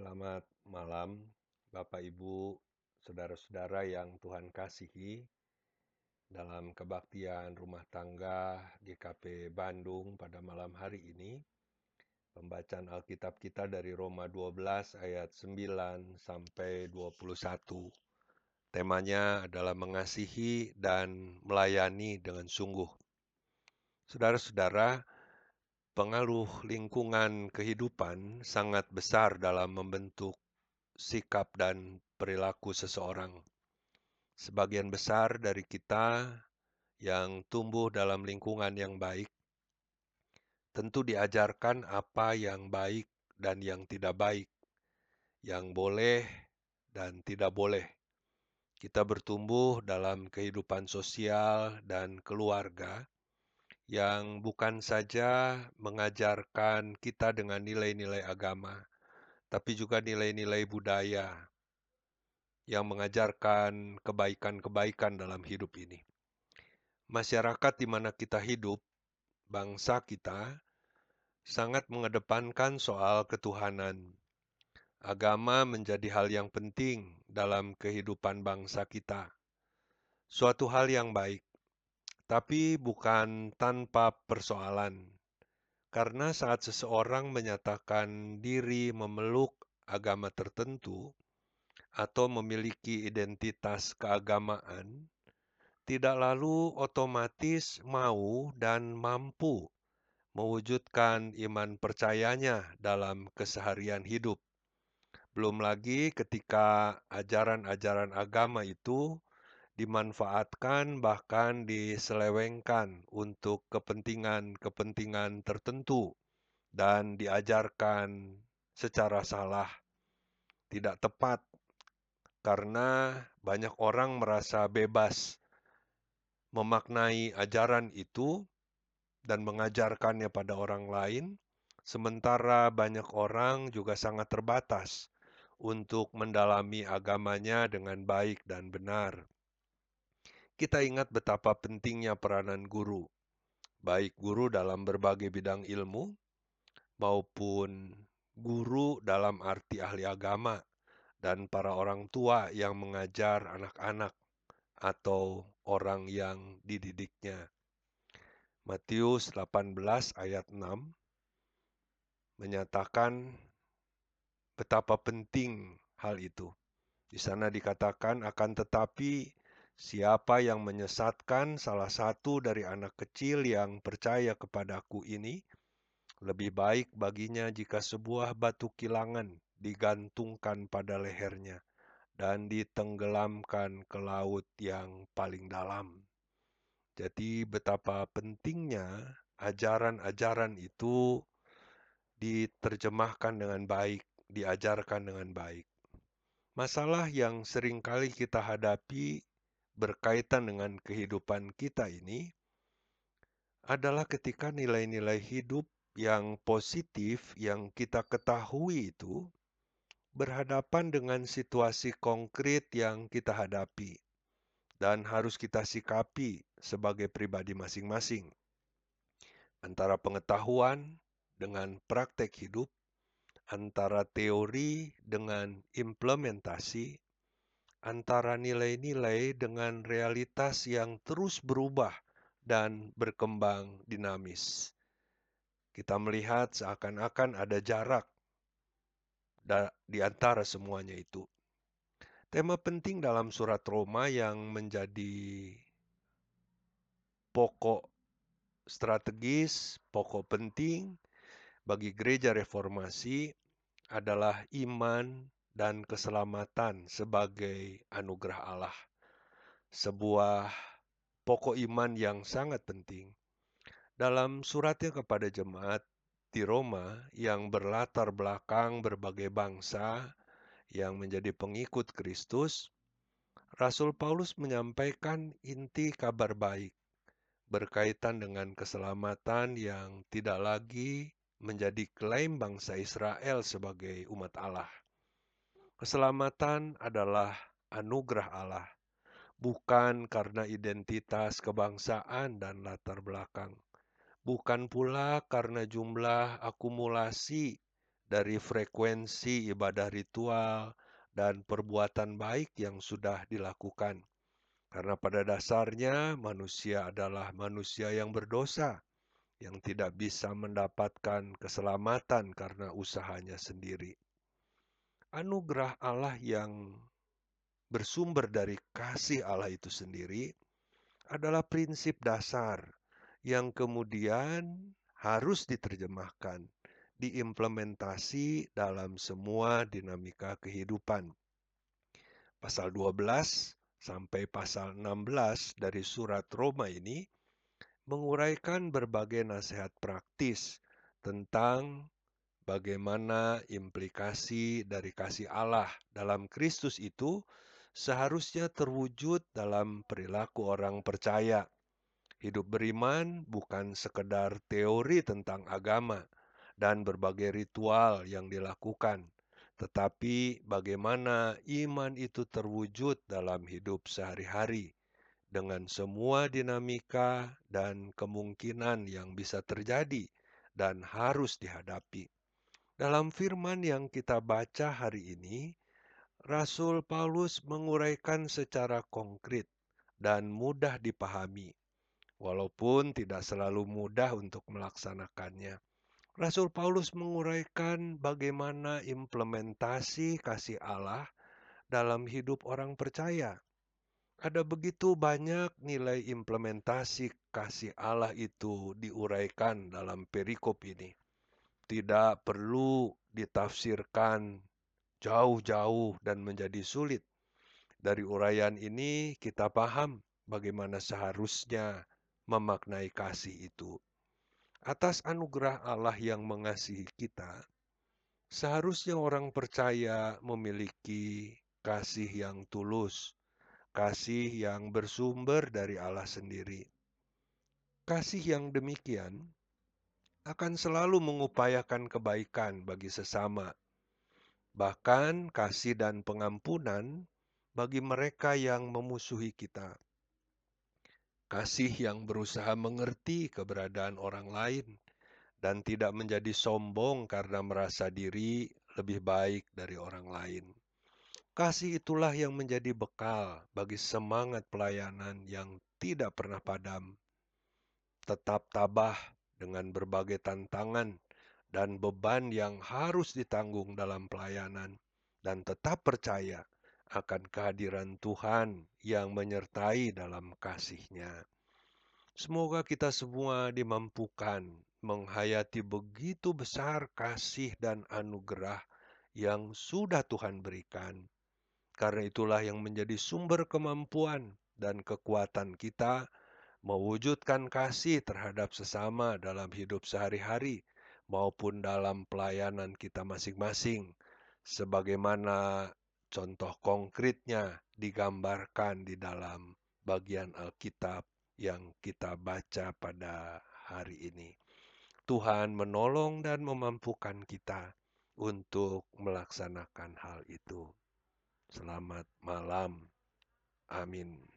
Selamat malam, Bapak Ibu, saudara-saudara yang Tuhan kasihi. Dalam kebaktian rumah tangga GKP Bandung pada malam hari ini, pembacaan Alkitab kita dari Roma 12 ayat 9 sampai 21. Temanya adalah mengasihi dan melayani dengan sungguh. Saudara-saudara, pengaruh lingkungan kehidupan sangat besar dalam membentuk sikap dan perilaku seseorang. Sebagian besar dari kita yang tumbuh dalam lingkungan yang baik tentu diajarkan apa yang baik dan yang tidak baik, yang boleh dan tidak boleh. Kita bertumbuh dalam kehidupan sosial dan keluarga yang bukan saja mengajarkan kita dengan nilai-nilai agama, tapi juga nilai-nilai budaya yang mengajarkan kebaikan-kebaikan dalam hidup ini. Masyarakat di mana kita hidup, bangsa kita, sangat mengedepankan soal ketuhanan. Agama menjadi hal yang penting dalam kehidupan bangsa kita. Suatu hal yang baik, tapi bukan tanpa persoalan. Karena saat seseorang menyatakan diri memeluk agama tertentu atau memiliki identitas keagamaan, tidak lalu otomatis mau dan mampu mewujudkan iman percayanya dalam keseharian hidup. Belum lagi ketika ajaran-ajaran agama itu dimanfaatkan bahkan diselewengkan untuk kepentingan-kepentingan tertentu dan diajarkan secara salah, tidak tepat, karena banyak orang merasa bebas memaknai ajaran itu dan mengajarkannya pada orang lain, sementara banyak orang juga sangat terbatas untuk mendalami agamanya dengan baik dan benar. Kita ingat betapa pentingnya peranan guru, baik guru dalam berbagai bidang ilmu maupun guru dalam arti ahli agama dan para orang tua yang mengajar anak-anak atau orang yang dididiknya. Matius 18 ayat 6 menyatakan betapa penting hal itu. Di sana dikatakan, akan tetapi siapa yang menyesatkan salah satu dari anak kecil yang percaya kepadaku ini, lebih baik baginya jika sebuah batu kilangan digantungkan pada lehernya dan ditenggelamkan ke laut yang paling dalam. Jadi betapa pentingnya ajaran-ajaran itu diterjemahkan dengan baik, diajarkan dengan baik. Masalah yang seringkali kita hadapi berkaitan dengan kehidupan kita ini adalah ketika nilai-nilai hidup yang positif yang kita ketahui itu berhadapan dengan situasi konkret yang kita hadapi dan harus kita sikapi sebagai pribadi masing-masing. Antara pengetahuan dengan praktek hidup, antara teori dengan implementasi, antara nilai-nilai dengan realitas yang terus berubah dan berkembang dinamis. Kita melihat seakan-akan ada jarak di antara semuanya itu. Tema penting dalam surat Roma yang menjadi pokok strategis, pokok penting bagi gereja reformasi adalah iman dan keselamatan sebagai anugerah Allah. Sebuah pokok iman yang sangat penting. Dalam suratnya kepada jemaat di Roma yang berlatar belakang berbagai bangsa yang menjadi pengikut Kristus, Rasul Paulus menyampaikan inti kabar baik berkaitan dengan keselamatan yang tidak lagi menjadi klaim bangsa Israel sebagai umat Allah. Keselamatan adalah anugerah Allah, bukan karena identitas kebangsaan dan latar belakang, bukan pula karena jumlah akumulasi dari frekuensi ibadah ritual dan perbuatan baik yang sudah dilakukan. Karena pada dasarnya manusia adalah manusia yang berdosa, yang tidak bisa mendapatkan keselamatan karena usahanya sendiri. Anugerah Allah yang bersumber dari kasih Allah itu sendiri adalah prinsip dasar yang kemudian harus diterjemahkan, diimplementasi dalam semua dinamika kehidupan. Pasal 12 sampai pasal 16 dari surat Roma ini menguraikan berbagai nasihat praktis tentang bagaimana implikasi dari kasih Allah dalam Kristus itu seharusnya terwujud dalam perilaku orang percaya. Hidup beriman bukan sekedar teori tentang agama dan berbagai ritual yang dilakukan, tetapi bagaimana iman itu terwujud dalam hidup sehari-hari dengan semua dinamika dan kemungkinan yang bisa terjadi dan harus dihadapi. Dalam firman yang kita baca hari ini, Rasul Paulus menguraikan secara konkret dan mudah dipahami, walaupun tidak selalu mudah untuk melaksanakannya. Rasul Paulus menguraikan bagaimana implementasi kasih Allah dalam hidup orang percaya. Ada begitu banyak nilai implementasi kasih Allah itu diuraikan dalam perikop ini. Tidak perlu ditafsirkan jauh-jauh dan menjadi sulit. Dari uraian ini kita paham bagaimana seharusnya memaknai kasih itu. Atas anugerah Allah yang mengasihi kita, seharusnya orang percaya memiliki kasih yang tulus, kasih yang bersumber dari Allah sendiri. Kasih yang demikian akan selalu mengupayakan kebaikan bagi sesama, bahkan kasih dan pengampunan bagi mereka yang memusuhi kita. Kasih yang berusaha mengerti keberadaan orang lain dan tidak menjadi sombong karena merasa diri lebih baik dari orang lain. Kasih itulah yang menjadi bekal bagi semangat pelayanan yang tidak pernah padam. Tetap tabah dengan berbagai tantangan dan beban yang harus ditanggung dalam pelayanan, dan tetap percaya akan kehadiran Tuhan yang menyertai dalam kasih-Nya. Semoga kita semua dimampukan menghayati begitu besar kasih dan anugerah yang sudah Tuhan berikan. Karena itulah yang menjadi sumber kemampuan dan kekuatan kita mewujudkan kasih terhadap sesama dalam hidup sehari-hari maupun dalam pelayanan kita masing-masing, sebagaimana contoh konkretnya digambarkan di dalam bagian Alkitab yang kita baca pada hari ini. Tuhan menolong dan memampukan kita untuk melaksanakan hal itu. Selamat malam. Amin.